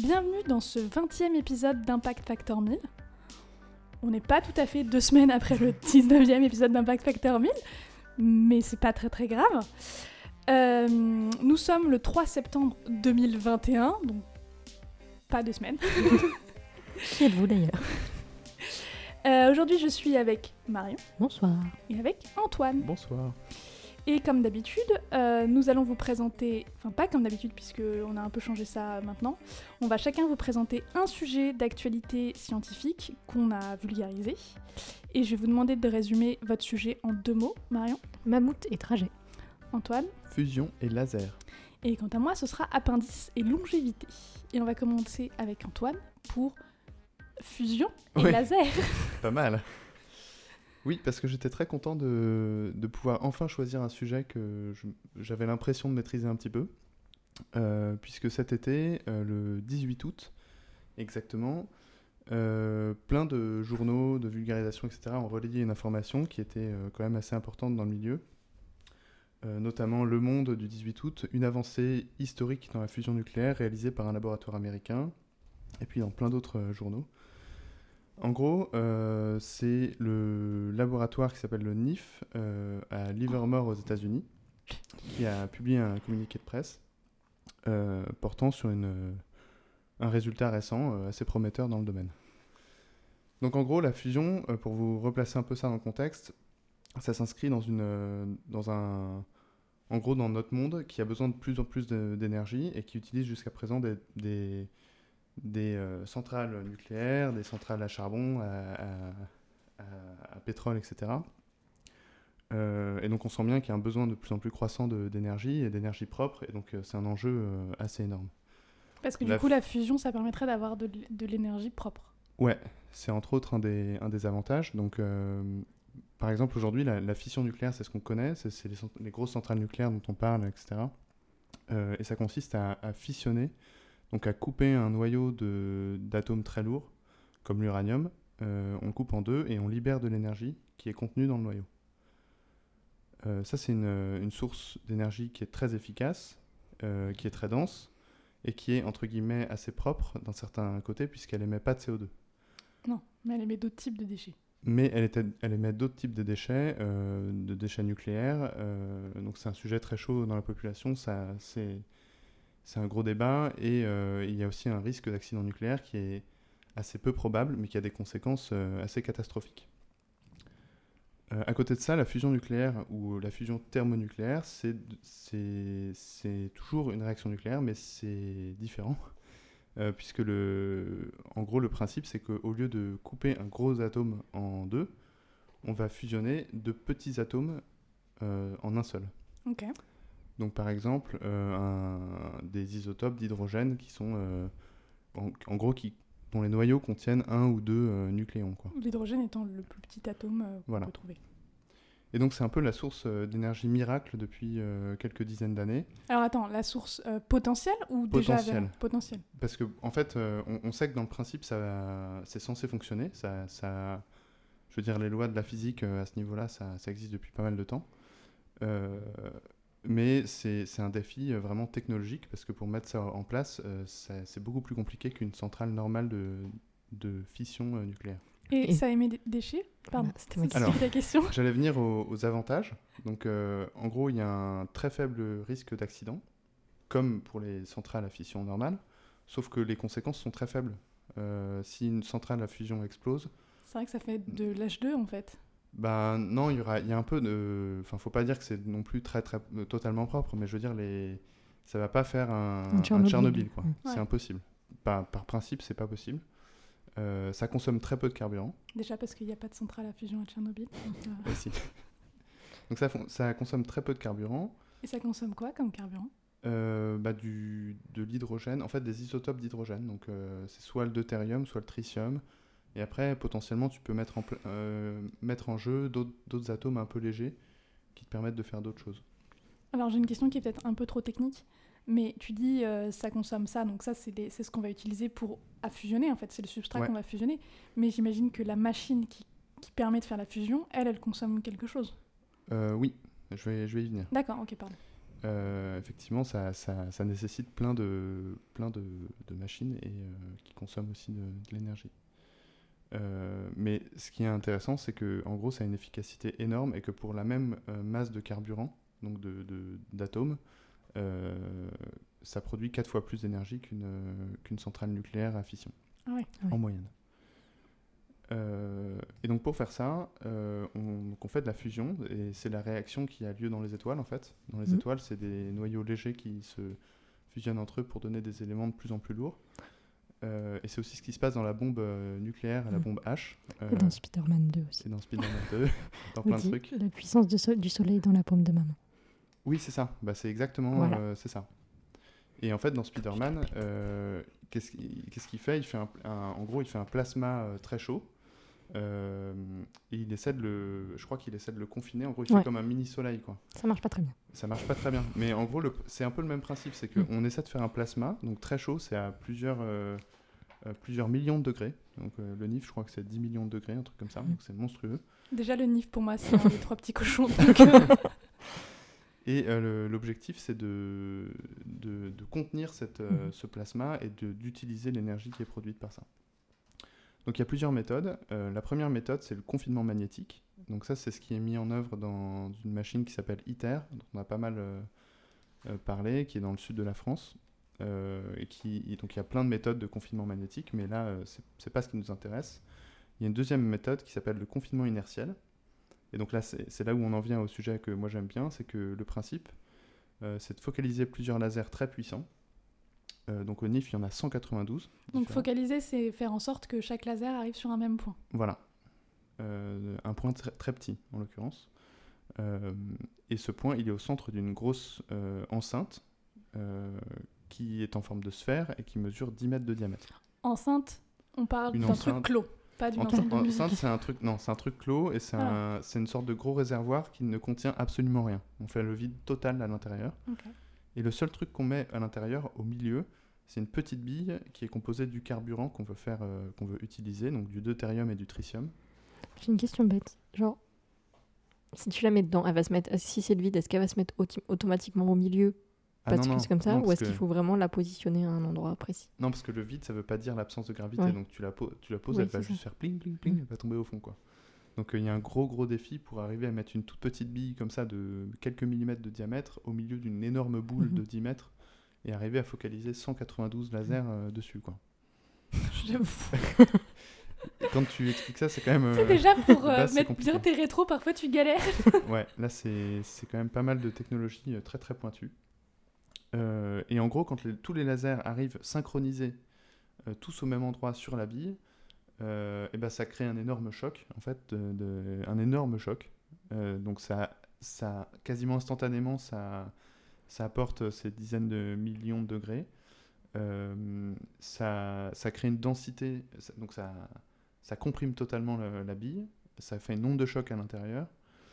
Bienvenue dans ce 20e épisode d'Impact Factor 1000. On n'est pas tout à fait 2 semaines après le 19e épisode d'Impact Factor 1000, mais c'est pas très très grave. Nous sommes le 3 septembre 2021, donc pas 2 semaines. Qui êtes-vous d'ailleurs ? Aujourd'hui, je suis avec Marion. Bonsoir. Et avec Antoine. Bonsoir. Et comme d'habitude, nous allons vous présenter, enfin pas comme d'habitude puisqu'on a un peu changé ça maintenant, on va chacun vous présenter un sujet d'actualité scientifique qu'on a vulgarisé. Et je vais vous demander de résumer votre sujet en 2 mots, Marion. Mammouth et trajet. Antoine. Fusion et laser. Et quant à moi, ce sera appendice et longévité. Et on va commencer avec Antoine pour fusion et laser. Pas mal. Oui, parce que j'étais très content de pouvoir enfin choisir un sujet que j'avais l'impression de maîtriser un petit peu. Puisque cet été, le 18 août, exactement, plein de journaux, de vulgarisation, etc. ont relayé une information qui était quand même assez importante dans le milieu. Notamment Le Monde du 18 août, une avancée historique dans la fusion nucléaire réalisée par un laboratoire américain, et puis dans plein d'autres journaux. En gros, c'est le laboratoire qui s'appelle le NIF à Livermore aux États-Unis qui a publié un communiqué de presse portant sur un résultat récent assez prometteur dans le domaine. Donc en gros, la fusion, pour vous replacer un peu ça dans le contexte, ça s'inscrit dans notre monde qui a besoin de plus en plus d'énergie et qui utilise jusqu'à présent des centrales nucléaires, des centrales à charbon, à pétrole, etc. Et donc on sent bien qu'il y a un besoin de plus en plus croissant d'énergie et d'énergie propre, et donc c'est un enjeu assez énorme. Parce que du coup, la fusion, ça permettrait d'avoir de l'énergie propre. Ouais, c'est entre autres un des avantages. Donc, par exemple, aujourd'hui, la fission nucléaire, c'est ce qu'on connaît, c'est les grosses centrales nucléaires dont on parle, etc. Et ça consiste à fissionner, donc à couper un noyau d'atomes très lourds, comme l'uranium, on le coupe en 2 et on libère de l'énergie qui est contenue dans le noyau. Ça, c'est une source d'énergie qui est très efficace, qui est très dense, et qui est, entre guillemets, assez propre d'un certain côté, puisqu'elle émet pas de CO2. Non, mais elle émet d'autres types de déchets. Mais elle émet d'autres types de déchets nucléaires, donc c'est un sujet très chaud dans la population, c'est un gros débat, et il y a aussi un risque d'accident nucléaire qui est assez peu probable, mais qui a des conséquences assez catastrophiques. À côté de ça, la fusion nucléaire ou la fusion thermonucléaire, c'est toujours une réaction nucléaire, mais c'est différent. Puisque en gros, le principe, c'est qu'au lieu de couper un gros atome en 2, on va fusionner 2 petits atomes en un seul. Ok. Donc par exemple, des isotopes d'hydrogène qui sont, en gros, dont les noyaux contiennent 1 ou 2 nucléons, quoi. L'hydrogène étant le plus petit atome qu'on peut trouver. Et donc c'est un peu la source d'énergie miracle depuis quelques dizaines d'années. Alors attends, la source potentielle ou déjà potentielle ? Parce que en fait, on sait que dans le principe, c'est censé fonctionner. Je veux dire, les lois de la physique à ce niveau-là, ça existe depuis pas mal de temps. Mais c'est un défi vraiment technologique, parce que pour mettre ça en place, c'est beaucoup plus compliqué qu'une centrale normale de fission nucléaire. Et ça émet des déchets ? Pardon, c'est ta question. J'allais venir aux avantages. Donc, en gros, il y a un très faible risque d'accident, comme pour les centrales à fission normales, sauf que les conséquences sont très faibles. Si une centrale à fusion explose... C'est vrai que ça fait de l'H2, en fait. Ben non, il y a un peu de... Enfin, faut pas dire que c'est non plus totalement propre, mais je veux dire, ça va pas faire un Tchernobyl, quoi. Ouais. C'est impossible. Par principe, c'est pas possible. Ça consomme très peu de carburant. Déjà parce qu'il n'y a pas de centrale à fusion à Tchernobyl. Aussi. Donc ça consomme très peu de carburant. Et ça consomme quoi comme carburant ? De l'hydrogène, en fait des isotopes d'hydrogène. Donc c'est soit le deutérium, soit le tritium. Et après, potentiellement, tu peux mettre en jeu d'autres atomes un peu légers qui te permettent de faire d'autres choses. Alors j'ai une question qui est peut-être un peu trop technique. Mais tu dis ça consomme ça, donc ça c'est ce qu'on va utiliser à fusionner, en fait, c'est le substrat qu'on va fusionner. Mais j'imagine que la machine qui permet de faire la fusion, elle consomme quelque chose. Oui, je vais y venir. D'accord, ok, pardon. effectivement, ça nécessite plein de machines et qui consomment aussi de l'énergie. Mais ce qui est intéressant, c'est que en gros, ça a une efficacité énorme et que pour la même masse de carburant, donc d'atomes, ça produit 4 fois plus d'énergie qu'une centrale nucléaire à fission, en moyenne. Et donc pour faire ça, on fait de la fusion, et c'est la réaction qui a lieu dans les étoiles en fait. Dans les étoiles, c'est des noyaux légers qui se fusionnent entre eux pour donner des éléments de plus en plus lourds. Et c'est aussi ce qui se passe dans la bombe nucléaire et la bombe H. Et dans Spider-Man 2 aussi. C'est dans Spider-Man 2, dans plein de trucs. La puissance du soleil dans la paume de maman. Oui, c'est ça. Bah, c'est exactement c'est ça. Et en fait, dans Spider-Man, qu'est-ce qu'il fait ? En gros, il fait un plasma très chaud. Et je crois qu'il essaie de le confiner. En gros, il fait comme un mini-soleil, quoi. Ça marche pas très bien. Ça marche pas très bien. Mais en gros, c'est un peu le même principe. C'est qu'on essaie de faire un plasma, donc très chaud, c'est à plusieurs millions de degrés. Donc le NIF, je crois que c'est 10 millions de degrés, un truc comme ça. Donc c'est monstrueux. Déjà, le NIF, pour moi, c'est un des 3 petits cochons. Et l'objectif, c'est de contenir ce plasma et d'utiliser l'énergie qui est produite par ça. Donc il y a plusieurs méthodes. La première méthode, c'est le confinement magnétique. Donc ça, c'est ce qui est mis en œuvre dans une machine qui s'appelle ITER, dont on a pas mal parlé, qui est dans le sud de la France. Donc il y a plein de méthodes de confinement magnétique, mais là, c'est pas ce qui nous intéresse. Il y a une deuxième méthode qui s'appelle le confinement inertiel. Et donc là, c'est là où on en vient au sujet que moi j'aime bien, c'est que le principe, c'est de focaliser plusieurs lasers très puissants. Donc au NIF, il y en a 192. Donc différents. focaliser, c'est faire en sorte que chaque laser arrive sur un même point. Voilà. Un point très petit, en l'occurrence. Et ce point, il est au centre d'une grosse enceinte qui est en forme de sphère et qui mesure 10 mètres de diamètre. Enceinte, on parle d'un truc clos, pas d'une enceinte de musique. Enceinte, c'est un truc clos et c'est une sorte de gros réservoir qui ne contient absolument rien. On fait le vide total à l'intérieur. Okay. Et le seul truc qu'on met à l'intérieur, au milieu, c'est une petite bille qui est composée du carburant qu'on veut utiliser, donc du deutérium et du tritium. J'ai une question bête. Genre, si tu la mets dedans, elle va se mettre. Si c'est le vide, est-ce qu'elle va se mettre automatiquement au milieu parce que c'est comme ça, ou est-ce qu'il faut vraiment la positionner à un endroit précis ? Non, parce que le vide, ça veut pas dire l'absence de gravité. Donc tu la poses, elle va juste faire pling, pling, pling, elle va tomber au fond, quoi. Donc il y a un gros défi pour arriver à mettre une toute petite bille comme ça de quelques millimètres de diamètre au milieu d'une énorme boule de 10 mètres et arriver à focaliser 192 lasers dessus, quoi. J'avoue. Quand tu expliques ça, c'est quand même... C'est déjà pour mettre bien tes rétros, parfois tu galères. Ouais, là c'est quand même pas mal de technologies très très pointues. Et en gros, quand tous les lasers arrivent synchronisés, tous au même endroit sur la bille, et ben ça crée un énorme choc, en fait, un énorme choc. Donc ça quasiment instantanément, ça apporte ces dizaines de millions de degrés. Ça crée une densité, donc ça comprime totalement la bille, ça fait une onde de choc à l'intérieur.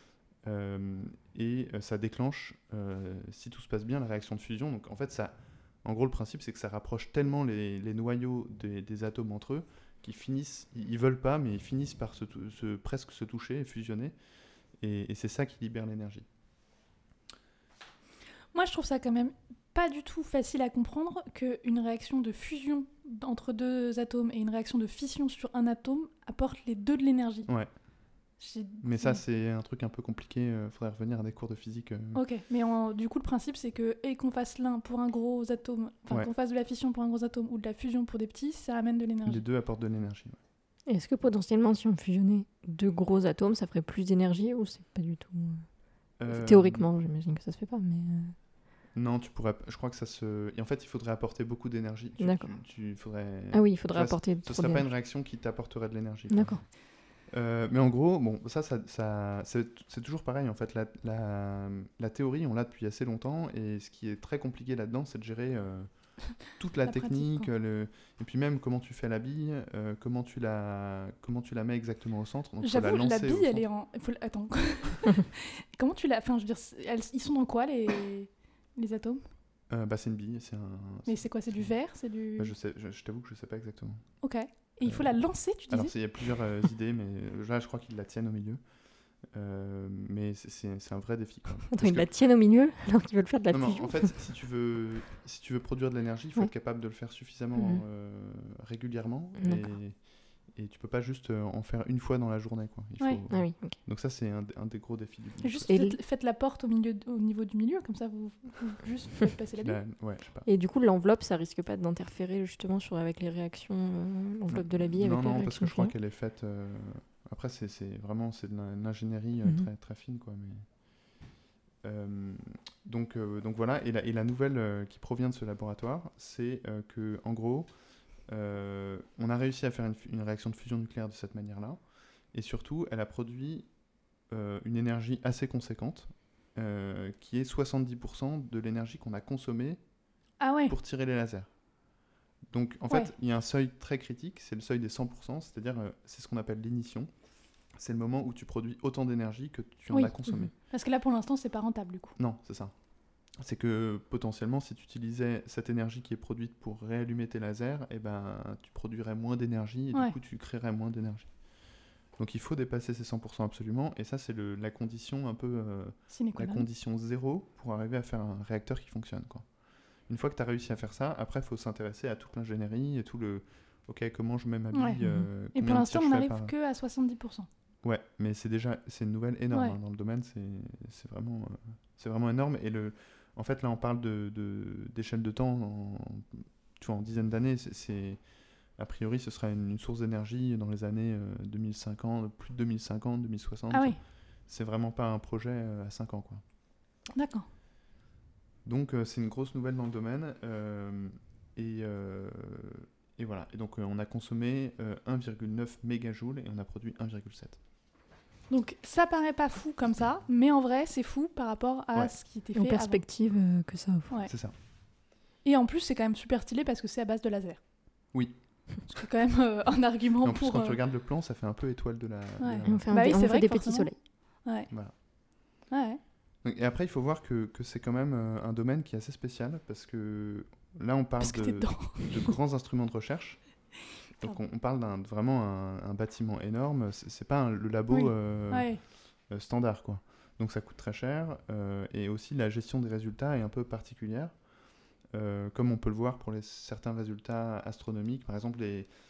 Et ça déclenche, si tout se passe bien, la réaction de fusion. Donc en fait, en gros, le principe, c'est que ça rapproche tellement les noyaux des atomes entre eux qu'ils finissent, ils veulent pas, mais ils finissent par presque se toucher et fusionner. Et c'est ça qui libère l'énergie. Moi, je trouve ça quand même pas du tout facile à comprendre qu'une réaction de fusion entre deux atomes et une réaction de fission sur un atome apportent les deux de l'énergie. Ouais. Mais ça, c'est un truc un peu compliqué. Faudrait revenir à des cours de physique. Ok, mais du coup, le principe, c'est que qu'on fasse l'un pour un gros atome, qu'on fasse de la fission pour un gros atome ou de la fusion pour des petits, ça amène de l'énergie. Les deux apportent de l'énergie. Ouais. Et est-ce que potentiellement, si on fusionnait deux gros atomes, ça ferait plus d'énergie ou c'est pas du tout Théoriquement, j'imagine que ça se fait pas, mais... Non, tu pourrais. Je crois que ça se. Et en fait, il faudrait apporter beaucoup d'énergie. D'accord. Ah oui, il faudrait apporter. Ce serait pas une réaction qui t'apporterait de l'énergie. D'accord. Mais en gros, bon, ça c'est toujours pareil. En fait, la théorie, on l'a depuis assez longtemps, et ce qui est très compliqué là-dedans, c'est de gérer toute la technique, et puis même comment tu fais la bille, comment tu la mets exactement au centre. Donc, j'avoue, la bille, elle est en. Attends. Comment tu la. Enfin, je veux dire, ils sont dans quoi les atomes? C'est une bille. Mais c'est quoi? C'est du verre? C'est du... je t'avoue que je sais pas exactement. Ok. Et il faut la lancer, tu disais? Alors, il y a plusieurs idées, mais là, je crois qu'ils la tiennent au milieu. Mais c'est un vrai défi. Attends, ils la tiennent au milieu alors qu'ils veulent faire de la fusion. En fait, si tu veux produire de l'énergie, il faut être capable de le faire suffisamment régulièrement. Et tu peux pas juste en faire une fois dans la journée, quoi. Donc ça, c'est un des gros défis du business. Juste faites la porte au niveau du milieu, comme ça vous juste faites passer la bille. Ouais, je sais pas. Et du coup, l'enveloppe, ça risque pas d'interférer justement avec les réactions, l'enveloppe de la bille avec les réactions. Non, parce que je crois qu'elle est faite... Après, c'est de l'ingénierie très, très fine, quoi. Mais... donc voilà, et la nouvelle qui provient de ce laboratoire, c'est que en gros... on a réussi à faire une réaction de fusion nucléaire de cette manière-là, et surtout, elle a produit une énergie assez conséquente, qui est 70% de l'énergie qu'on a consommée pour tirer les lasers. Donc, en fait, il y a un seuil très critique, c'est le seuil des 100%, c'est-à-dire, c'est ce qu'on appelle l'ignition. C'est le moment où tu produis autant d'énergie que tu en as consommé. Parce que là, pour l'instant, c'est pas rentable, du coup. Non, c'est ça. C'est que potentiellement, si tu utilisais cette énergie qui est produite pour réallumer tes lasers, tu produirais moins d'énergie et du coup, tu créerais moins d'énergie. Donc, il faut dépasser ces 100% absolument. Et ça, c'est la condition un peu... la condition zéro pour arriver à faire un réacteur qui fonctionne, quoi. Une fois que tu as réussi à faire ça, après, il faut s'intéresser à toute l'ingénierie et tout le... OK, comment je mets ma bille et pour l'instant, on n'arrive que à 70%. Ouais, mais c'est une nouvelle énorme dans le domaine. C'est vraiment énorme. Et en fait, là, on parle d'échelle de temps en dizaines d'années. A priori, ce sera une source d'énergie dans les années 2050, plus de 2050, 2060. Ah oui. C'est vraiment pas un projet à 5 ans, quoi. D'accord. Donc, c'est une grosse nouvelle dans le domaine. Et voilà. Et donc, on a consommé 1,9 mégajoules et on a produit 1,7. Donc ça paraît pas fou comme ça, mais en vrai c'est fou par rapport à ce qui était fait en perspective que ça offre. C'est ça. Et en plus c'est quand même super stylé parce que c'est à base de laser. Oui. C'est quand même un argument pour... En plus quand tu regardes le plan, ça fait un peu étoile de la... On fait des petits soleils. Ouais. Voilà. Ouais. Et après il faut voir que c'est quand même un domaine qui est assez spécial parce que là on parle de grands instruments de recherche. Donc on parle vraiment un bâtiment énorme, c'est pas le labo standard, quoi. Donc ça coûte très cher et aussi la gestion des résultats est un peu particulière, comme on peut le voir pour certains résultats astronomiques. Par exemple,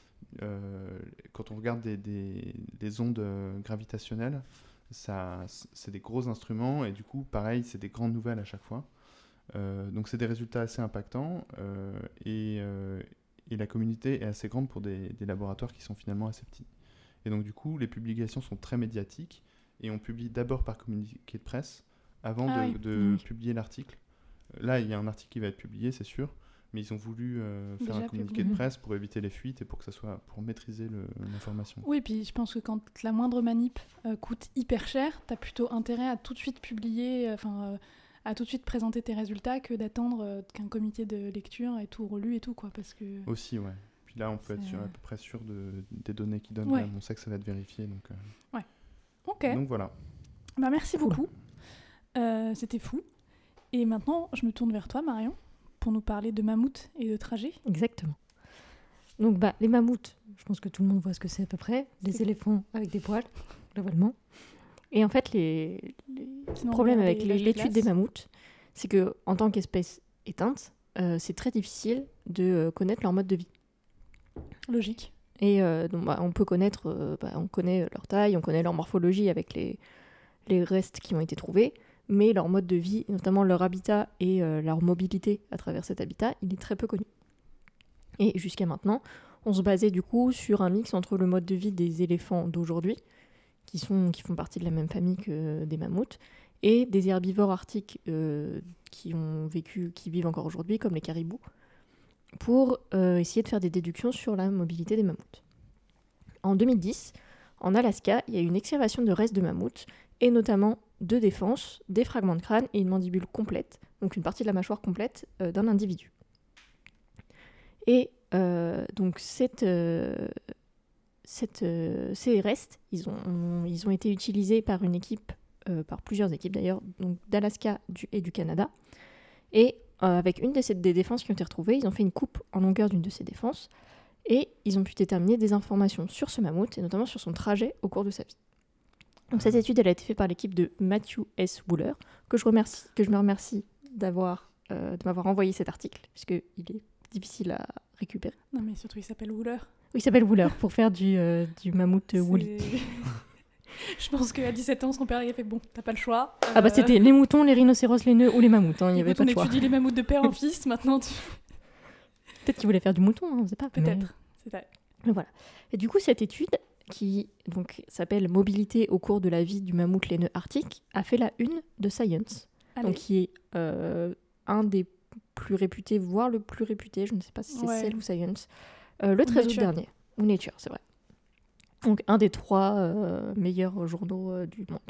quand on regarde des ondes gravitationnelles, c'est des gros instruments et du coup pareil c'est des grandes nouvelles à chaque fois. Donc c'est des résultats assez impactants et la communauté est assez grande pour des laboratoires qui sont finalement assez petits. Et donc du coup, les publications sont très médiatiques et on publie d'abord par communiqué de presse avant de publier l'article. Là, il y a un article qui va être publié, c'est sûr, mais ils ont voulu faire un communiqué de presse pour éviter les fuites et pour maîtriser l'information. Oui, puis je pense que quand la moindre manip coûte hyper cher, t'as plutôt intérêt à tout de suite publier... à tout de suite présenter tes résultats que d'attendre qu'un comité de lecture ait tout relu et tout, quoi, parce que... Aussi, ouais. Puis là, on peut être à peu près sûr des données qu'ils donnent. Ouais. On sait que ça va être vérifié, donc... Ouais. Ok. Donc voilà. Bah, merci beaucoup. C'était fou. Et maintenant, je me tourne vers toi, Marion, pour nous parler de mammouths et de trajets. Exactement. Donc, les mammouths, je pense que tout le monde voit ce que c'est à peu près. Les éléphants avec des poils, globalement. Et en fait, les problèmes avec l'étude des mammouths, c'est qu'en tant qu'espèce éteinte, c'est très difficile de connaître leur mode de vie. Logique. Et donc, on peut connaître, on connaît leur taille, on connaît leur morphologie avec les restes qui ont été trouvés, mais leur mode de vie, notamment leur habitat et leur mobilité à travers cet habitat, il est très peu connu. Et jusqu'à maintenant, on se basait du coup sur un mix entre le mode de vie des éléphants d'aujourd'hui, qui font partie de la même famille que des mammouths, et des herbivores arctiques qui vivent encore aujourd'hui, comme les caribous, pour essayer de faire des déductions sur la mobilité des mammouths. En 2010, en Alaska, il y a eu une excavation de restes de mammouths, et notamment de défense, des fragments de crâne et une mandibule complète, donc une partie de la mâchoire complète d'un individu. Et donc ces restes, ils ont été utilisés par une équipe, par plusieurs équipes d'ailleurs, donc d'Alaska et du Canada. Et avec une des défenses qui ont été retrouvées, ils ont fait une coupe en longueur d'une de ces défenses et ils ont pu déterminer des informations sur ce mammouth et notamment sur son trajet au cours de sa vie. Donc cette étude, elle a été faite par l'équipe de Matthew S. Wooler, que je me remercie de m'avoir envoyé cet article, puisqu'il est difficile à récupérer. Non, mais surtout, il s'appelle Wooler. Oui, il s'appelle Wooler, pour faire du mammouth Woolly. Je pense qu'à 17 ans, son père, il a fait bon, t'as pas le choix. Ah bah c'était les moutons, les rhinocéros, les nœuds ou les mammouths, il n'y avait pas de choix. On étudie les mammouths de père en fils, maintenant Peut-être qu'il voulait faire du mouton, on ne sait pas. Peut-être, Mais voilà. Et du coup, cette étude, qui donc s'appelle Mobilité au cours de la vie du mammouth laineux arctique, a fait la une de Science, donc qui est un des plus réputés, voire le plus réputé, je ne sais pas si c'est Cell ou Science, le 13 août dernier. Ou Nature, c'est vrai. Donc un des 3 meilleurs journaux du monde.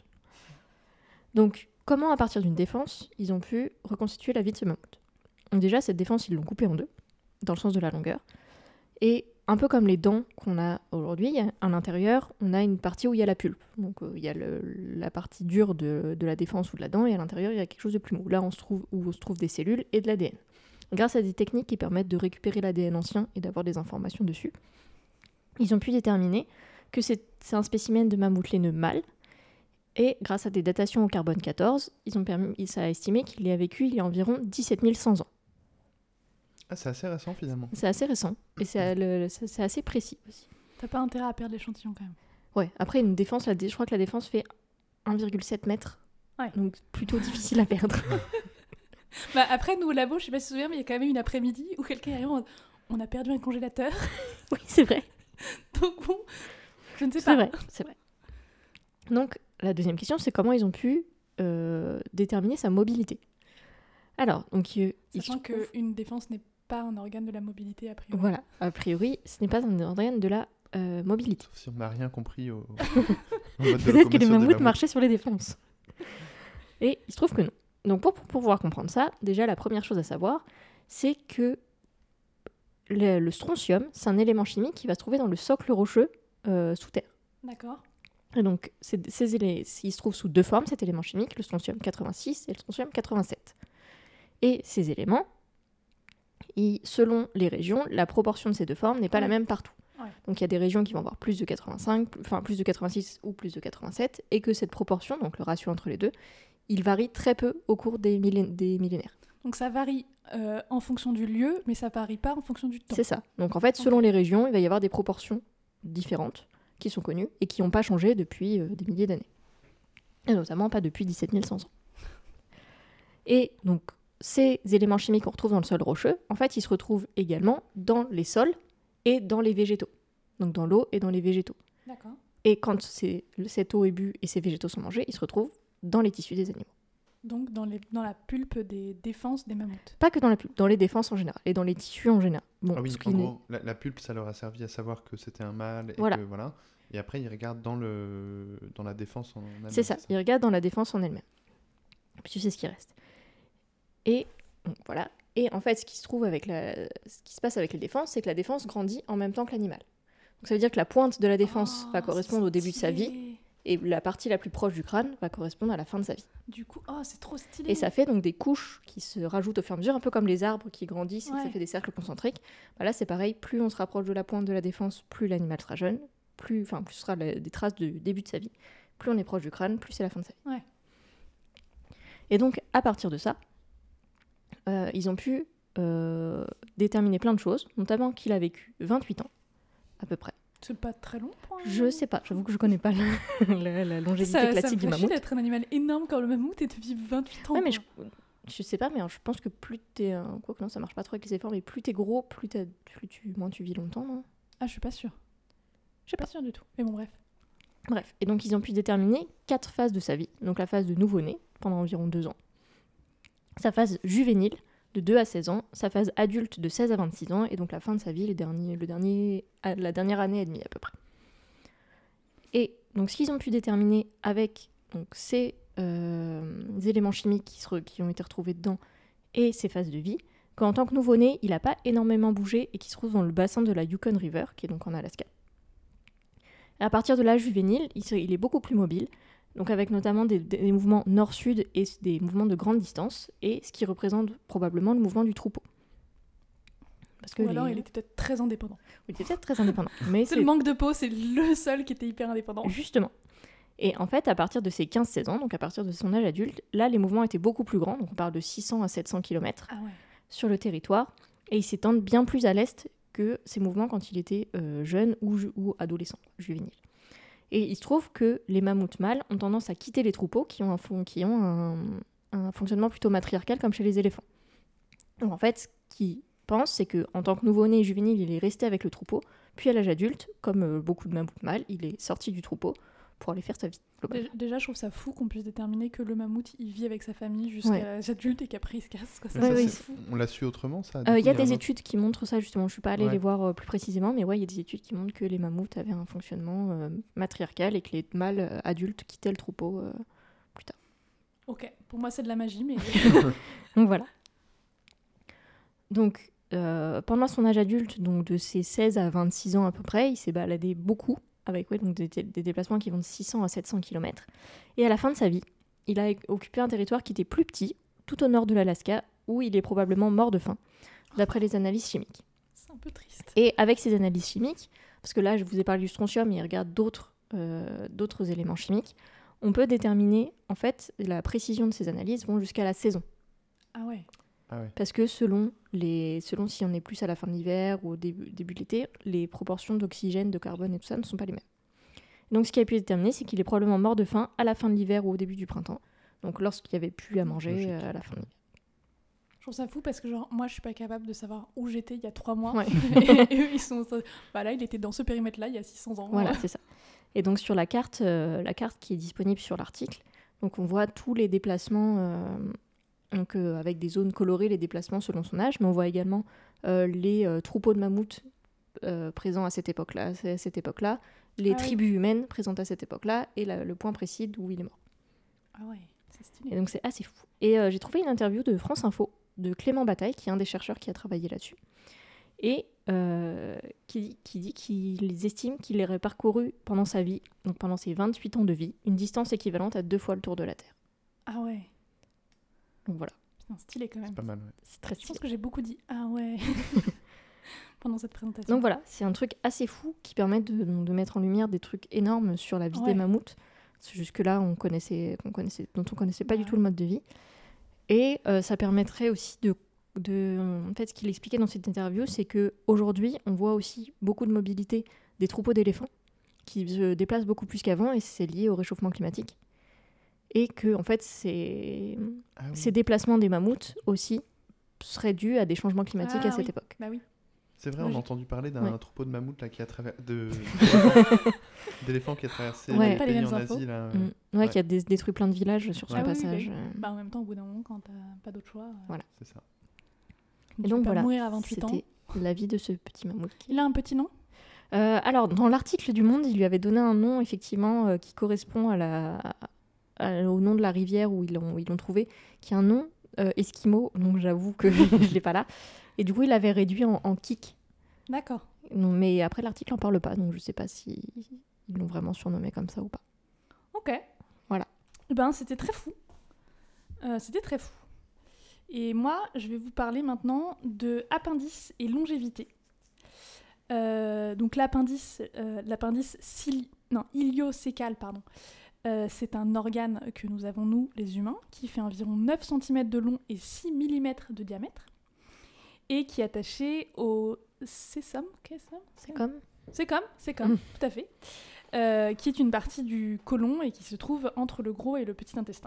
Donc comment, à partir d'une défense, ils ont pu reconstituer la vie de ce mammouth? Donc déjà, cette défense, ils l'ont coupée en 2, dans le sens de la longueur. Et un peu comme les dents qu'on a aujourd'hui, à l'intérieur, on a une partie où il y a la pulpe. Donc il y a la partie dure de la défense ou de la dent, et à l'intérieur, il y a quelque chose de plus mou. Là, on se trouve des cellules et de l'ADN. Grâce à des techniques qui permettent de récupérer l'ADN ancien et d'avoir des informations dessus, ils ont pu déterminer que c'est un spécimen de mammouth laineux mâle. Et grâce à des datations au carbone 14, ça a estimé qu'il y a vécu il y a environ 17 100 ans. Ah, c'est assez récent finalement. C'est assez récent et c'est assez précis aussi. T'as pas intérêt à perdre l'échantillon quand même. Ouais, après une défense, je crois que la défense fait 1,7 mètres. Ouais. Donc plutôt difficile à perdre. Bah après, nous au labo, je sais pas si tu te souviens, mais il y a quand même eu une après-midi où quelqu'un arrive on a perdu un congélateur. Oui, c'est vrai. Donc bon, je ne sais pas. C'est vrai. Donc la deuxième question, c'est comment ils ont pu déterminer sa mobilité. Alors, donc sachant qu'une défense n'est pas un organe de la mobilité a priori. Voilà, a priori, ce n'est pas un organe de la mobilité. Sauf si on n'a rien compris au Peut-être que les mammouths marchaient sur les défenses. Et il se trouve que non. Donc pour pouvoir comprendre ça, déjà la première chose à savoir, c'est que le strontium, c'est un élément chimique qui va se trouver dans le socle rocheux sous terre. D'accord. Et donc il se trouve sous 2 formes, cet élément chimique, le strontium 86 et le strontium 87. Et ces éléments, selon les régions, la proportion de ces 2 formes n'est pas la même partout. Ouais. Donc il y a des régions qui vont avoir plus de 85, enfin plus de 86 ou plus de 87, et que cette proportion, donc le ratio entre les deux, il varie très peu au cours des millénaires. Donc ça varie en fonction du lieu, mais ça varie pas en fonction du temps. C'est ça. Donc en fait, selon les régions, il va y avoir des proportions différentes qui sont connues et qui n'ont pas changé depuis des milliers d'années. Et notamment pas depuis 17 100 ans. Et donc ces éléments chimiques qu'on retrouve dans le sol rocheux, en fait, ils se retrouvent également dans les sols et dans les végétaux. Donc dans l'eau et dans les végétaux. D'accord. Et quand cette eau est bue et ces végétaux sont mangés, ils se retrouvent dans les tissus des animaux. Donc dans la pulpe des défenses des mammouths. Pas que dans la pulpe, dans les défenses en général et dans les tissus en général. Bon, ah oui, en gros, la pulpe, ça leur a servi à savoir que c'était un mâle et voilà. que voilà. Et après, ils regardent dans la défense en elle-même. C'est ça, ils regardent dans la défense en elle-même. Puis tu sais ce qui reste. Et donc, voilà. Et en fait, ce qui se passe avec les défenses, c'est que la défense grandit en même temps que l'animal. Donc ça veut dire que la pointe de la défense va correspondre au début de sa vie, et la partie la plus proche du crâne va correspondre à la fin de sa vie. Du coup, c'est trop stylé. Et ça fait donc des couches qui se rajoutent au fur et à mesure, un peu comme les arbres qui grandissent et que ça fait des cercles concentriques. Bah là, c'est pareil, plus on se rapproche de la pointe de la défense, plus l'animal sera jeune, plus ce sera des traces du début de sa vie. Plus on est proche du crâne, plus c'est la fin de sa vie. Ouais. Et donc, à partir de ça, ils ont pu déterminer plein de choses, notamment qu'il a vécu 28 ans, à peu près. C'est pas très long pour un... Je sais pas, j'avoue que je connais pas la longévité classique du mammouth. Ça me fait d'être un animal énorme comme le mammouth et de vivre 28 ans. Ouais, mais je sais pas, mais je pense que plus t'es... Quoique non, ça marche pas trop avec les efforts, mais plus t'es gros, moins tu vis longtemps, non ? Ah, je suis pas sûre. Je suis pas sûre du tout, mais bon, bref. Bref, et donc ils ont pu déterminer 4 phases de sa vie. Donc la phase de nouveau-né, pendant environ 2 ans. Sa phase juvénile, de 2 à 16 ans, sa phase adulte de 16 à 26 ans, et donc la fin de sa vie, la dernière année et demie à peu près. Et donc ce qu'ils ont pu déterminer avec ces éléments chimiques qui ont été retrouvés dedans et ces phases de vie, qu'en tant que nouveau-né, il n'a pas énormément bougé et qu'il se trouve dans le bassin de la Yukon River, qui est donc en Alaska. Et à partir de l'âge juvénile, il est beaucoup plus mobile, donc avec notamment des mouvements nord-sud et des mouvements de grande distance, et ce qui représente probablement le mouvement du troupeau. Parce que alors il était peut-être très indépendant. Il était peut-être très indépendant. Mais c'est le manque de peau, c'est le seul qui était hyper indépendant. Justement. Et en fait, à partir de ses 15-16 ans, donc à partir de son âge adulte, là, les mouvements étaient beaucoup plus grands. Donc on parle de 600 à 700 km sur le territoire. Et ils s'étendent bien plus à l'est que ces mouvements quand il était jeune ou adolescent, juvénile. Et il se trouve que les mammouths mâles ont tendance à quitter les troupeaux qui ont un fonctionnement plutôt matriarcal comme chez les éléphants. Donc en fait, ce qu'ils pensent, c'est qu'en tant que nouveau-né et juvénile, il est resté avec le troupeau, puis à l'âge adulte, comme beaucoup de mammouths mâles, il est sorti du troupeau pour aller faire sa vie. Déjà, je trouve ça fou qu'on puisse déterminer que le mammouth, il vit avec sa famille jusqu'à l'âge adulte et qu'après il se casse. Quoi. On l'a su autrement, ça? Il y a des études qui montrent ça, justement. Je ne suis pas allée les voir plus précisément, mais il y a des études qui montrent que les mammouths avaient un fonctionnement matriarcal et que les mâles adultes quittaient le troupeau plus tard. Ok, pour moi c'est de la magie, mais... Donc voilà. Donc, pendant son âge adulte, donc de ses 16 à 26 ans à peu près, il s'est baladé beaucoup, avec donc des déplacements qui vont de 600 à 700 km. Et à la fin de sa vie, il a occupé un territoire qui était plus petit, tout au nord de l'Alaska, où il est probablement mort de faim, d'après les analyses chimiques. C'est un peu triste. Et avec ces analyses chimiques, parce que là je vous ai parlé du strontium, et il regarde d'autres éléments chimiques, on peut déterminer, en fait, la précision de ces analyses vont jusqu'à la saison. Ah ouais. Parce que selon si on est plus à la fin de l'hiver ou au début de l'été, les proportions d'oxygène, de carbone et tout ça ne sont pas les mêmes. Donc ce qui a pu déterminer, c'est qu'il est probablement mort de faim à la fin de l'hiver ou au début du printemps. Donc lorsqu'il n'y avait plus à manger à la fin de l'hiver. Je trouve ça fou parce que moi je suis pas capable de savoir où j'étais il y a 3 mois. Ouais. et eux ils sont... là il était dans ce périmètre là il y a 600 ans. Voilà, c'est ça. Et donc sur la carte qui est disponible sur l'article, donc on voit tous les déplacements... Donc avec des zones colorées, les déplacements selon son âge, mais on voit également les troupeaux de mammouths présents à cette époque-là, les tribus humaines présentes à cette époque-là, et le point précis d'où il est mort. Ah ouais, c'est stylé. Et donc c'est assez fou. Et j'ai trouvé une interview de France Info, de Clément Bataille, qui est un des chercheurs qui a travaillé là-dessus, et qui dit qu'il estime qu'il aurait parcouru pendant sa vie, donc pendant ses 28 ans de vie, une distance équivalente à 2 fois le tour de la Terre. Ah ouais. Donc voilà. C'est stylé quand même. C'est pas mal, C'est très stylé. Je pense que j'ai beaucoup dit « Ah ouais » pendant cette présentation. Donc voilà, c'est un truc assez fou qui permet de mettre en lumière des trucs énormes sur la vie des mammouths. Jusque-là, dont on connaissait pas du tout le mode de vie. Et ça permettrait aussi en fait, ce qu'il expliquait dans cette interview, c'est qu'aujourd'hui, on voit aussi beaucoup de mobilité des troupeaux d'éléphants qui se déplacent beaucoup plus qu'avant, et c'est lié au réchauffement climatique. Et que en fait, ces déplacements des mammouths aussi seraient dus à des changements climatiques à cette époque. Bah oui. C'est vrai, on a entendu parler d'un troupeau de mammouths là, d'éléphants qui a traversé les pays en Asie. Là. Qui a détruit plein de villages sur son passage. Oui. En même temps, au bout d'un moment, quand t'as pas d'autre choix... Voilà. C'est ça. Et donc voilà, mourir à 28 ans. C'était la vie de ce petit mammouth. Il a un petit nom ? Alors, dans l'article du Monde, il lui avait donné un nom, effectivement, qui correspond au nom de la rivière où ils l'ont trouvé, qui est un nom esquimau, donc j'avoue que je ne l'ai pas là. Et du coup, il l'avait réduit en Kik. D'accord. Mais après, l'article n'en parle pas, donc je ne sais pas si ils l'ont vraiment surnommé comme ça ou pas. Ok. Voilà. C'était très fou. Et moi, je vais vous parler maintenant de appendice et longévité. Donc l'appendice iliocécal, c'est un organe que nous avons, nous, les humains, qui fait environ 9 cm de long et 6 mm de diamètre, et qui est attaché au sécum, tout à fait, qui est une partie du côlon et qui se trouve entre le gros et le petit intestin.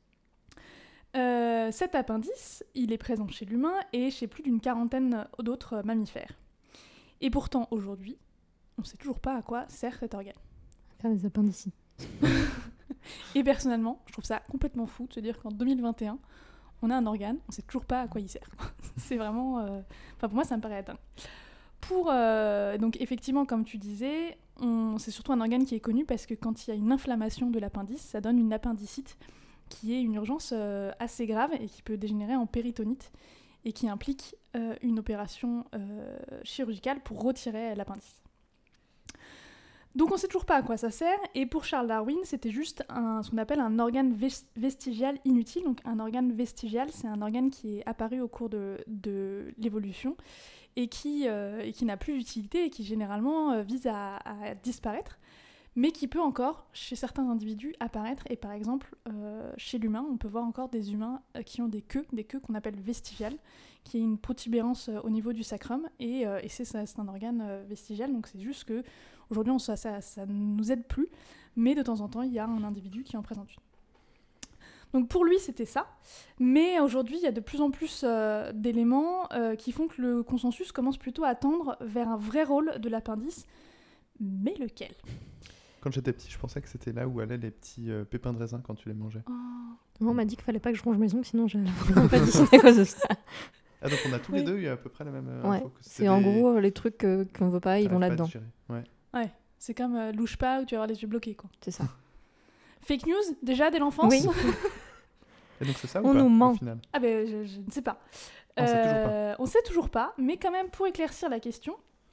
Cet appendice, il est présent chez l'humain et chez plus d'une quarantaine d'autres mammifères. Et pourtant, aujourd'hui, on ne sait toujours pas à quoi sert cet organe. Faire des appendicites. Et personnellement, je trouve ça complètement fou de se dire qu'en 2021, on a un organe, on ne sait toujours pas à quoi il sert. C'est vraiment... pour moi, ça me paraît dingue. Donc effectivement, comme tu disais, c'est surtout un organe qui est connu parce que quand il y a une inflammation de l'appendice, ça donne une appendicite qui est une urgence assez grave et qui peut dégénérer en péritonite et qui implique une opération chirurgicale pour retirer l'appendice. Donc on ne sait toujours pas à quoi ça sert, et pour Charles Darwin, c'était juste ce qu'on appelle un organe vestigial inutile. Donc un organe vestigial, c'est un organe qui est apparu au cours de l'évolution et qui n'a plus d'utilité et qui généralement vise à disparaître. mais qui peut encore, chez certains individus, apparaître. Et par exemple, chez l'humain, on peut voir encore des humains qui ont des queues qu'on appelle vestigiales, qui est une protubérance au niveau du sacrum, et c'est un organe vestigial, donc c'est juste que aujourd'hui ça ne nous aide plus, mais de temps en temps, il y a un individu qui en présente une. Donc pour lui, c'était ça, mais aujourd'hui, il y a de plus en plus d'éléments qui font que le consensus commence plutôt à tendre vers un vrai rôle de l'appendice, mais lequel ? Quand j'étais petit, je pensais que c'était là où allaient les petits pépins de raisin quand tu les mangeais. On m'a dit qu'il fallait pas que je ronge mes ongles, sinon j'allais pas dessiner à cause de ça. Ah, donc on a tous les deux eu à peu près la même Ouais, info. Que c'est en gros les trucs qu'on veut pas, ils vont là-dedans. Ouais, c'est comme louche pas ou tu vas avoir les yeux bloqués, quoi. C'est ça. Fake news, déjà, dès l'enfance ? Oui. Et donc c'est ça On ou pas, nous ment. au final ? Ah ben, je ne sais pas. On sait toujours pas. On sait toujours pas, mais quand même, pour éclaircir la question,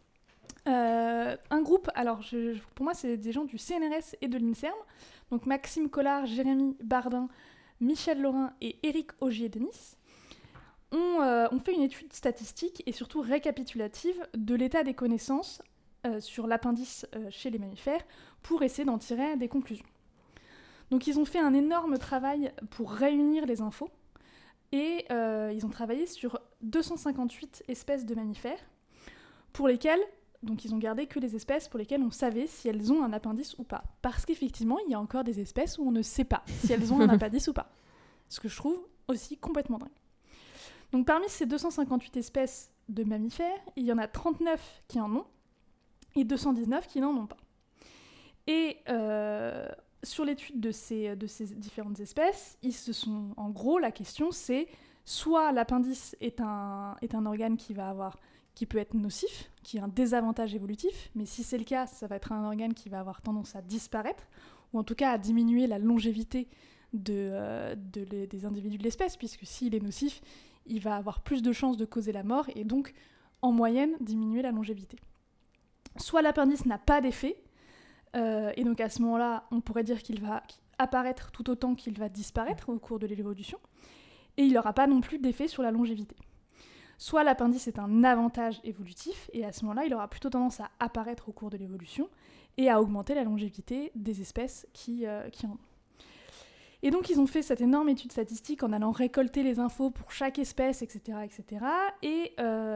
un groupe, alors pour moi, c'est des gens du CNRS et de l'INSERM, donc Maxime Collard, Jérémy Bardin, Michel Laurin et Éric Augier-Denis, ont fait une étude statistique et surtout récapitulative de l'état des connaissances sur l'appendice chez les mammifères pour essayer d'en tirer des conclusions. Donc ils ont fait un énorme travail pour réunir les infos et ils ont travaillé sur 258 espèces de mammifères pour lesquelles, donc ils ont gardé que les espèces pour lesquelles on savait si elles ont un appendice ou pas. Parce qu'effectivement, il y a encore des espèces où on ne sait pas si elles ont un appendice ou pas. Ce que je trouve aussi complètement dingue. Donc parmi ces 258 espèces de mammifères, il y en a 39 qui en ont et 219 qui n'en ont pas. Et sur l'étude de ces différentes espèces, en gros, la question c'est soit l'appendice est un organe qui peut être nocif, qui a un désavantage évolutif, mais si c'est le cas, ça va être un organe qui va avoir tendance à disparaître, ou en tout cas à diminuer la longévité des individus de l'espèce, puisque s'il est nocif, il va avoir plus de chances de causer la mort, et donc, en moyenne, diminuer la longévité. Soit l'appendice n'a pas d'effet, et donc à ce moment-là, on pourrait dire qu'il va apparaître tout autant qu'il va disparaître au cours de l'évolution, et il n'aura pas non plus d'effet sur la longévité. Soit l'appendice est un avantage évolutif, et à ce moment-là, il aura plutôt tendance à apparaître au cours de l'évolution, et à augmenter la longévité des espèces qui en ont. Et donc ils ont fait cette énorme étude statistique en allant récolter les infos pour chaque espèce, etc. etc. Et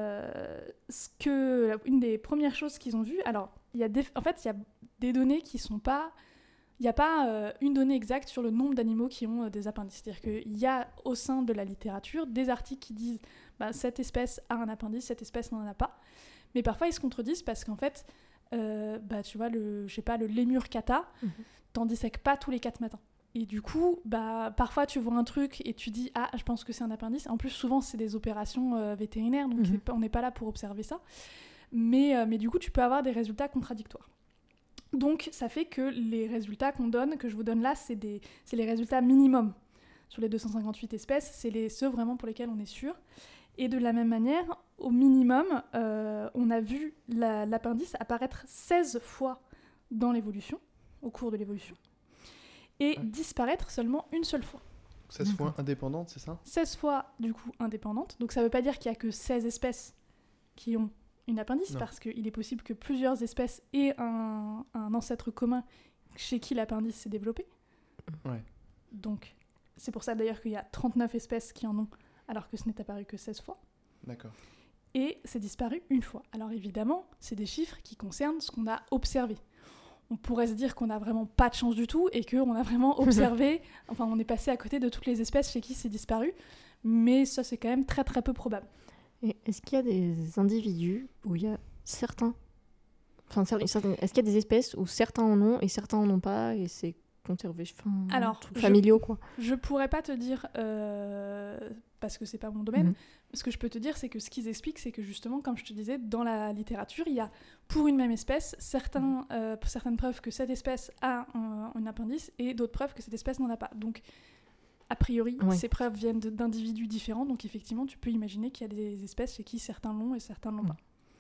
une des premières choses qu'ils ont vues, alors il y a des données qui sont pas... Il n'y a pas une donnée exacte sur le nombre d'animaux qui ont des appendices. C'est-à-dire qu'il y a au sein de la littérature des articles qui disent cette espèce a un appendice, cette espèce n'en a pas. Mais parfois ils se contredisent parce qu'en fait, tu vois, le lémur kata, t'en dissèques pas tous les 4 matins. Et du coup, parfois tu vois un truc et tu dis « Ah, je pense que c'est un appendice ». En plus, souvent, c'est des opérations vétérinaires, donc on n'est pas là pour observer ça. Mais du coup, tu peux avoir des résultats contradictoires. Donc, ça fait que les résultats que je vous donne là, c'est les résultats minimum. Sur les 258 espèces, c'est ceux vraiment pour lesquels on est sûr. Et de la même manière, au minimum, on a vu l'appendice apparaître 16 fois dans l'évolution, au cours de l'évolution, et disparaître seulement une seule fois. 16 fois indépendante, c'est ça ? 16 fois, du coup, indépendante. Donc ça ne veut pas dire qu'il n'y a que 16 espèces qui ont une appendice, parce qu'il est possible que plusieurs espèces aient un ancêtre commun chez qui l'appendice s'est développé. Ouais. Donc, c'est pour ça d'ailleurs qu'il y a 39 espèces qui en ont, alors que ce n'est apparu que 16 fois. D'accord. Et c'est disparu une fois. Alors évidemment, c'est des chiffres qui concernent ce qu'on a observé. On pourrait se dire qu'on n'a vraiment pas de chance du tout et qu'on a vraiment observé, enfin on est passé à côté de toutes les espèces chez qui c'est disparu, mais ça c'est quand même très très peu probable. Et est-ce qu'il y a des individus où il y a certains... est-ce qu'il y a des espèces où certains en ont et certains en ont pas et c'est conservé, alors, familiaux quoi. Je pourrais pas te dire parce que c'est pas mon domaine. Ce que je peux te dire, c'est que ce qu'ils expliquent, c'est que justement, comme je te disais, dans la littérature, il y a pour une même espèce certaines preuves que cette espèce a un appendice et d'autres preuves que cette espèce n'en a pas. Donc, a priori, ces preuves viennent d'individus différents. Donc, effectivement, tu peux imaginer qu'il y a des espèces chez qui certains l'ont et certains ne l'ont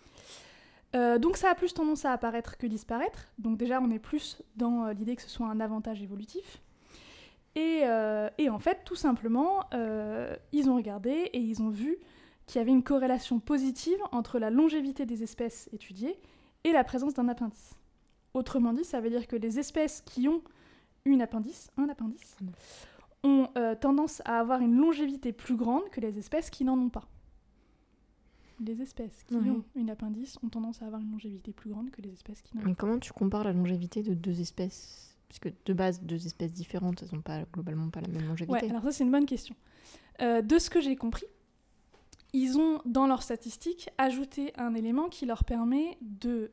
pas. Donc, ça a plus tendance à apparaître que disparaître. Donc, déjà, on est plus dans l'idée que ce soit un avantage évolutif. Et en fait, tout simplement, ils ont regardé et ils ont vu qu'il y avait une corrélation positive entre la longévité des espèces étudiées et la présence d'un appendice. Autrement dit, ça veut dire que les espèces qui ont un appendice, ont tendance à avoir une longévité plus grande que les espèces qui n'en ont pas. Les espèces qui ont une appendice ont tendance à avoir une longévité plus grande que les espèces qui n'en ont pas. Mais comment tu compares la longévité de deux espèces ? Parce que de base, deux espèces différentes, elles n'ont pas, globalement pas la même longévité. Ouais, alors ça c'est une bonne question. De ce que j'ai compris, ils ont dans leurs statistiques ajouté un élément qui leur permet de...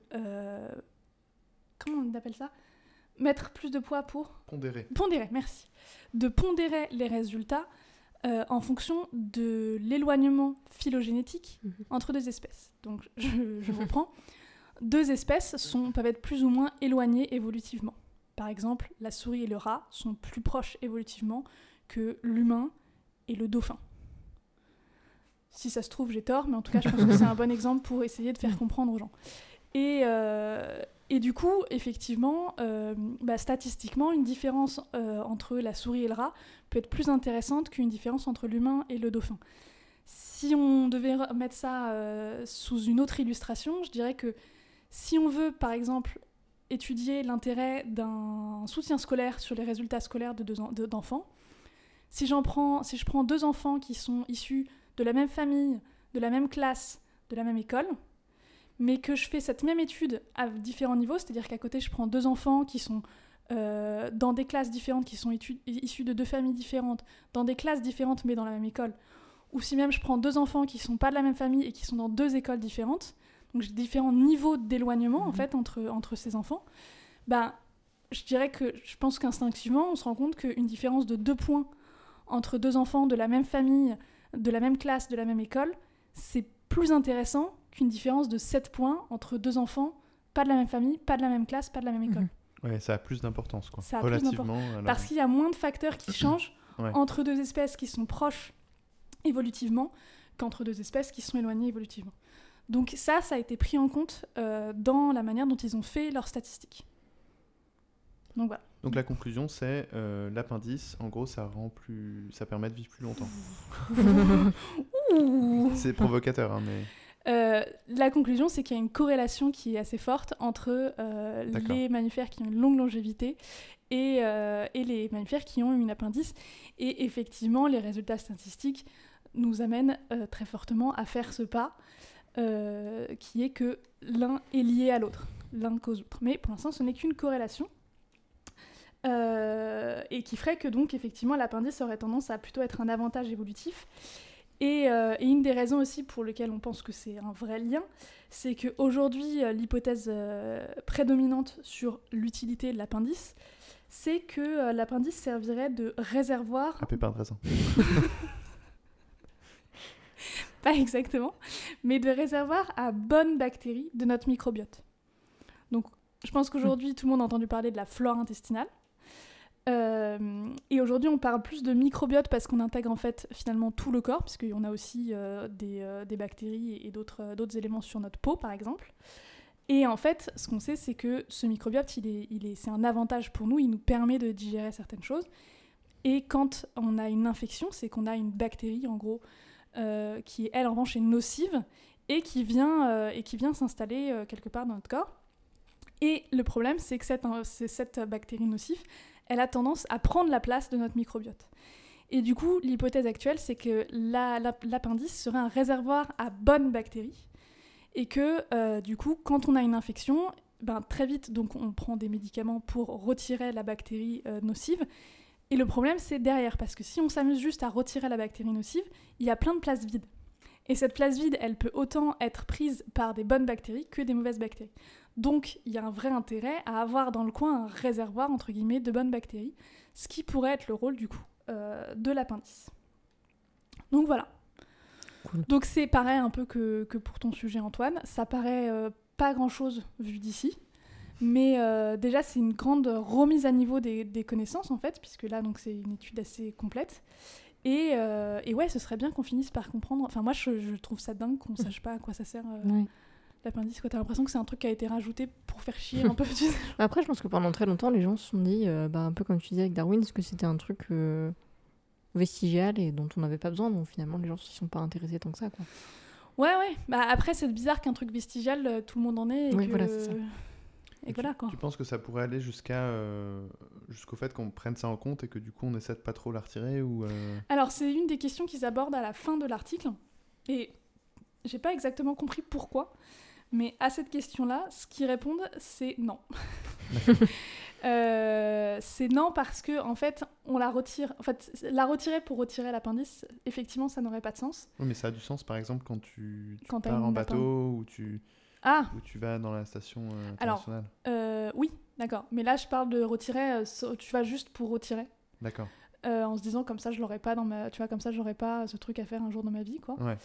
comment on appelle ça ? Mettre plus de poids pour... Pondérer, merci. De pondérer les résultats en fonction de l'éloignement phylogénétique entre deux espèces. Donc, je reprends. Deux espèces peuvent être plus ou moins éloignées évolutivement. Par exemple, la souris et le rat sont plus proches évolutivement que l'humain et le dauphin. Si ça se trouve, j'ai tort, mais en tout cas, je pense que c'est un bon exemple pour essayer de faire comprendre aux gens. Et du coup, effectivement, statistiquement, une différence entre la souris et le rat peut être plus intéressante qu'une différence entre l'humain et le dauphin. Si on devait mettre ça sous une autre illustration, je dirais que si on veut, par exemple, étudier l'intérêt d'un soutien scolaire sur les résultats scolaires d'enfants, si je prends deux enfants qui sont issus de la même famille, de la même classe, de la même école, mais que je fais cette même étude à différents niveaux, c'est-à-dire qu'à côté, je prends deux enfants qui sont dans des classes différentes, qui sont issus de deux familles différentes, dans des classes différentes, mais dans la même école, ou si même je prends deux enfants qui ne sont pas de la même famille et qui sont dans deux écoles différentes, donc j'ai différents niveaux d'éloignement, en fait, entre ces enfants, je dirais que je pense qu'instinctivement, on se rend compte qu'une différence de 2 points entre deux enfants de la même famille, de la même classe, de la même école, c'est plus intéressant qu'une différence de 7 points entre deux enfants, pas de la même famille, pas de la même classe, pas de la même école. Ouais, ça a plus d'importance, quoi. Ça a relativement. Parce qu'il y a moins de facteurs qui changent entre deux espèces qui sont proches évolutivement qu'entre deux espèces qui sont éloignées évolutivement. Donc ça a été pris en compte dans la manière dont ils ont fait leurs statistiques. Donc voilà. Donc la conclusion, c'est l'appendice, en gros, ça permet de vivre plus longtemps. C'est provocateur, hein, mais... La conclusion, c'est qu'il y a une corrélation qui est assez forte entre les mammifères qui ont une longue longévité et les mammifères qui ont une appendice. Et effectivement, les résultats statistiques nous amènent très fortement à faire ce pas, qui est que l'un est lié à l'autre, l'un cause l'autre. Mais pour l'instant, ce n'est qu'une corrélation. Et qui ferait que donc effectivement l'appendice aurait tendance à plutôt être un avantage évolutif. Et une des raisons aussi pour lesquelles on pense que c'est un vrai lien, c'est qu'aujourd'hui l'hypothèse prédominante sur l'utilité de l'appendice, c'est que l'appendice servirait de réservoir... Un pépin de raisin. Pas exactement, mais de réservoir à bonnes bactéries de notre microbiote. Donc je pense qu'aujourd'hui tout le monde a entendu parler de la flore intestinale. Et aujourd'hui on parle plus de microbiote parce qu'on intègre en fait finalement tout le corps, puisqu'on a aussi des bactéries et d'autres éléments sur notre peau par exemple. Et en fait ce qu'on sait c'est que ce microbiote c'est un avantage pour nous, il nous permet de digérer certaines choses. Et quand on a une infection, c'est qu'on a une bactérie en gros qui elle en revanche est nocive et qui vient s'installer quelque part dans notre corps. Et le problème c'est que cette bactérie nocive, elle a tendance à prendre la place de notre microbiote. Et du coup, l'hypothèse actuelle, c'est que l'appendice serait un réservoir à bonnes bactéries et que, du coup, quand on a une infection, très vite, donc, on prend des médicaments pour retirer la bactérie nocive. Et le problème, c'est derrière, parce que si on s'amuse juste à retirer la bactérie nocive, il y a plein de places vides. Et cette place vide, elle peut autant être prise par des bonnes bactéries que des mauvaises bactéries. Donc, il y a un vrai intérêt à avoir dans le coin un réservoir, entre guillemets, de bonnes bactéries, ce qui pourrait être le rôle, du coup, de l'appendice. Donc, voilà. Cool. Donc, c'est pareil un peu que pour ton sujet, Antoine. Ça paraît pas grand-chose vu d'ici, mais déjà, c'est une grande remise à niveau des connaissances, en fait, puisque là, donc, c'est une étude assez complète. Et ouais, ce serait bien qu'on finisse par comprendre... Enfin, moi, je trouve ça dingue qu'on sache pas à quoi ça sert... l'appendice, quoi. T'as l'impression que c'est un truc qui a été rajouté pour faire chier un peu. Après, je pense que pendant très longtemps, les gens se sont dit, un peu comme tu disais avec Darwin, que c'était un truc vestigial et dont on n'avait pas besoin, donc finalement, les gens ne s'y sont pas intéressés tant que ça, quoi. Ouais. Après, c'est bizarre qu'un truc vestigial, tout le monde en ait. Et oui, voilà, c'est ça. Et voilà, quoi. Tu penses que ça pourrait aller jusqu'au fait qu'on prenne ça en compte et que du coup on essaie de pas trop la retirer ou Alors, c'est une des questions qu'ils abordent à la fin de l'article. Et j'ai pas exactement compris pourquoi. Mais à cette question-là, ce qu'ils répondent, c'est non. C'est non parce que en fait, on la retire. En fait, la retirer pour retirer l'appendice, effectivement, ça n'aurait pas de sens. Oui, mais ça a du sens par exemple quand tu Quand t'as pars en une bateau ou tu vas dans la station internationale. Alors, oui, d'accord. Mais là, je parle de retirer. Tu vas juste pour retirer. D'accord. En se disant comme ça, je l'aurais pas comme ça, j'aurais pas ce truc à faire un jour dans ma vie, quoi. Ouais.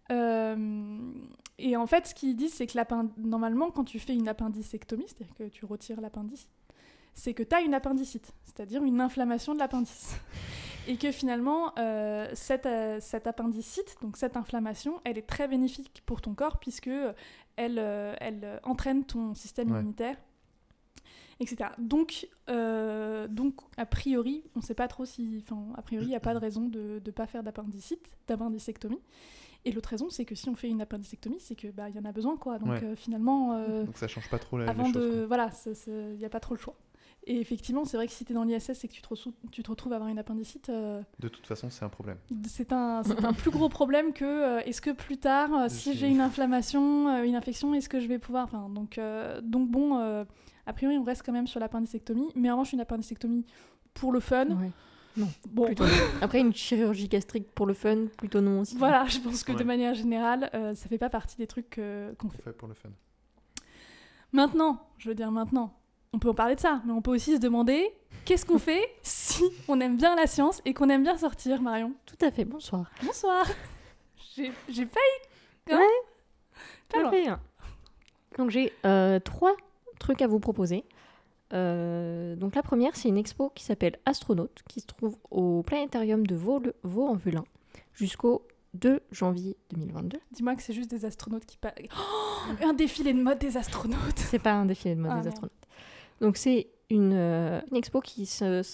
Et en fait, ce qu'ils disent, c'est que normalement, quand tu fais une appendicectomie, c'est-à-dire que tu retires l'appendice, c'est que tu as une appendicite, c'est-à-dire une inflammation de l'appendice. Et que finalement, cette appendicite, donc cette inflammation, elle est très bénéfique pour ton corps puisque elle entraîne ton système immunitaire, etc. Donc, a priori, on ne sait pas trop si... Enfin, a priori, il n'y a pas de raison de ne pas faire d'appendicectomie. Et l'autre raison, c'est que si on fait une appendicectomie, c'est que y en a besoin, quoi. Donc finalement... donc ça change pas trop les avant choses. Voilà, il n'y a pas trop le choix. Et effectivement, c'est vrai que si tu es dans l'ISS et que tu te retrouves à avoir une appendicite... de toute façon, c'est un problème. C'est un plus gros problème que est-ce que plus tard, si j'ai une inflammation, une infection, est-ce que je vais pouvoir... Enfin, donc bon, a priori, on reste quand même sur l'appendicectomie. Mais en revanche, une appendicectomie pour le fun... Ouais. Non, bon. Plutôt non. Après, une chirurgie gastrique pour le fun, plutôt non aussi. Voilà, je pense que de manière générale, ça fait pas partie des trucs qu'on fait. Pour le fun. Maintenant, on peut en parler de ça, mais on peut aussi se demander qu'est-ce qu'on fait si on aime bien la science et qu'on aime bien sortir, Marion. Tout à fait, bonsoir. Bonsoir. J'ai failli. Ouais. Pas loin. Parfait. Donc j'ai 3 trucs à vous proposer. Donc la première, c'est une expo qui s'appelle Astronautes, qui se trouve au planétarium de Vaux-en-Velin jusqu'au 2 janvier 2022. Dis-moi que c'est juste des astronautes qui parlent. Oh, un défilé de mode des astronautes. C'est pas un défilé de mode des astronautes. Donc c'est une expo qui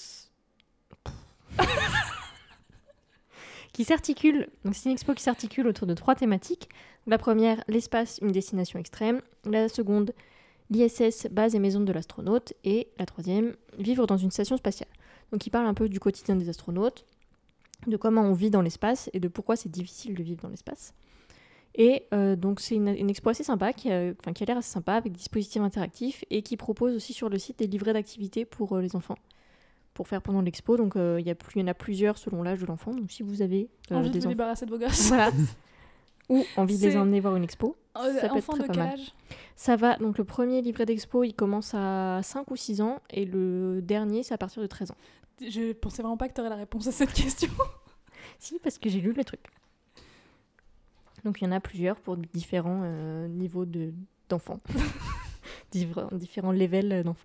s'articule. Donc c'est une expo qui s'articule autour de 3 thématiques. La première, l'espace, une destination extrême. La seconde, l'ISS, base et maison de l'astronaute. Et la troisième, vivre dans une station spatiale. Donc il parle un peu du quotidien des astronautes, de comment on vit dans l'espace et de pourquoi c'est difficile de vivre dans l'espace. Et donc c'est une expo assez sympa, qui a l'air assez sympa, avec des dispositifs interactifs, et qui propose aussi sur le site des livrets d'activités pour les enfants, pour faire pendant l'expo. Donc il y en a plusieurs selon l'âge de l'enfant. Donc si vous avez envie de vous débarrasser de vos gosses, voilà, ou envie de les emmener voir une expo, ça peut être enfant très de pas quel mal. âge? Ça va, donc le premier livret d'expo, il commence à 5 ou 6 ans, et le dernier, c'est à partir de 13 ans. Je pensais vraiment pas que tu aurais la réponse à cette question. Si, parce que j'ai lu le truc. Donc il y en a plusieurs pour différents niveaux d'enfants, différents levels d'enfants.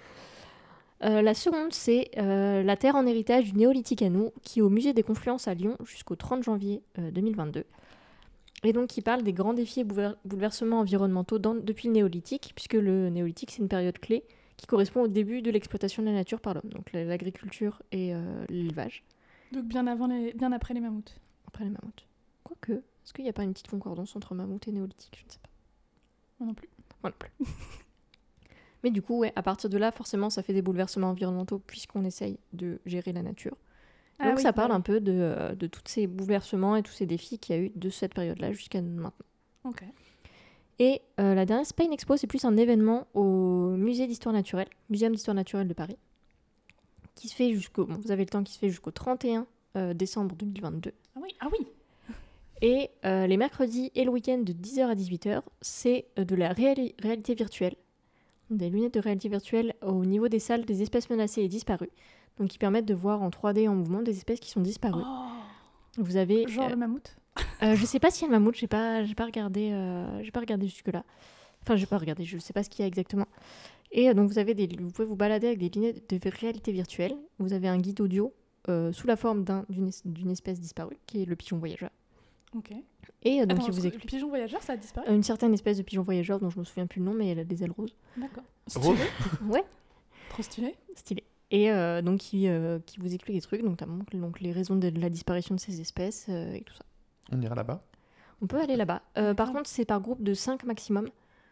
La seconde, c'est La Terre en héritage du néolithique à nous, qui est au musée des Confluences à Lyon jusqu'au 30 janvier 2022. Et donc qui parle des grands défis et bouleversements environnementaux depuis le néolithique, puisque le néolithique, c'est une période clé qui correspond au début de l'exploitation de la nature par l'homme, donc l'agriculture et l'élevage. Donc bien après les mammouths. Après les mammouths. Quoique, est-ce qu'il n'y a pas une petite concordance entre mammouth et néolithique? Je ne sais pas. Moi non plus. Moi non plus. Mais du coup, ouais, à partir de là, forcément, ça fait des bouleversements environnementaux puisqu'on essaye de gérer la nature. Donc ça parle un peu de tous ces bouleversements et tous ces défis qu'il y a eu de cette période-là jusqu'à maintenant. Ok. Et la dernière, c'est pas une expo, c'est plus un événement au Muséum d'Histoire Naturelle de Paris, qui se fait vous avez le temps, qui se fait jusqu'au 31 décembre 2022. Ah oui. Et les mercredis et le week-end de 10h à 18h, c'est de la réalité virtuelle. Des lunettes de réalité virtuelle au niveau des salles des espèces menacées et disparues. Donc qui permettent de voir en 3D en mouvement des espèces qui sont disparues. Oh. Vous avez genre le mammouth. Je sais pas s'il y a le mammouth, j'ai pas regardé jusque-là. Enfin, j'ai pas regardé, je sais pas ce qu'il y a exactement. Et donc vous pouvez vous balader avec des lunettes de réalité virtuelle. Vous avez un guide audio sous la forme d'une espèce disparue, qui est le pigeon voyageur. Ok. Et donc le pigeon voyageur, ça a disparu? Une certaine espèce de pigeon voyageur dont je me souviens plus le nom, mais elle a des ailes roses. D'accord. Rose? Ouais. Trop stylé. Stylé. Et donc qui vous explique des trucs, notamment donc les raisons de la disparition de ces espèces et tout ça. On ira là-bas? On peut aller là-bas. Par contre, c'est par groupe de 5 maximum.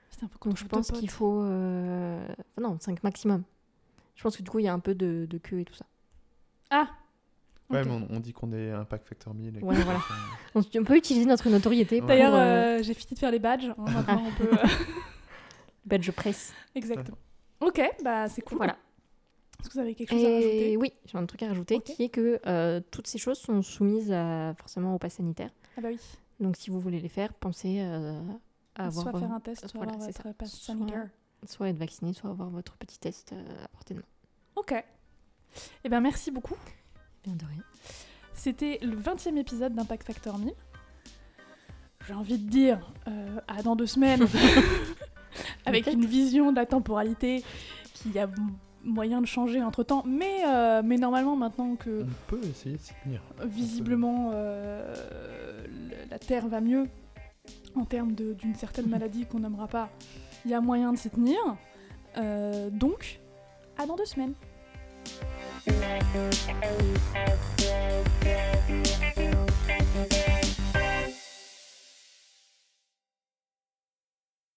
C'est un peu Donc je pense qu'il faut... Non, 5 maximum. Je pense que du coup, il y a un peu de queue et tout ça. Ah. Ouais, Ok. mais on dit qu'on est Impact Factor 1000. Et Ouais, que- voilà. Donc, on peut utiliser notre notoriété pour... D'ailleurs, j'ai fini de faire les badges. Hein, maintenant, on peut... badge presse. Exactement. Ok, bah c'est cool. Voilà. Est-ce que vous avez quelque chose à rajouter? Et oui, j'ai un truc à rajouter Ok. qui est que toutes ces choses sont soumises forcément au pass sanitaire. Ah bah oui. Donc si vous voulez les faire, pensez à avoir... Soit faire un test, soit voilà, avoir c'est votre ça. passe Soit- sanitaire. Soit être vacciné, soit avoir votre petit test à portée de main. Ok. Eh bien, merci beaucoup. Bien de rien. C'était le 20e épisode d'Impact Factor 1000. J'ai envie de dire, à dans 2 semaines, avec Peut-être. une vision de la temporalité qui a moyen de changer entre-temps. Mais normalement, maintenant que On peut essayer de s'y tenir. visiblement la Terre va mieux en termes d'une certaine maladie qu'on nommera pas, il y a moyen de s'y tenir. Donc, à dans 2 semaines.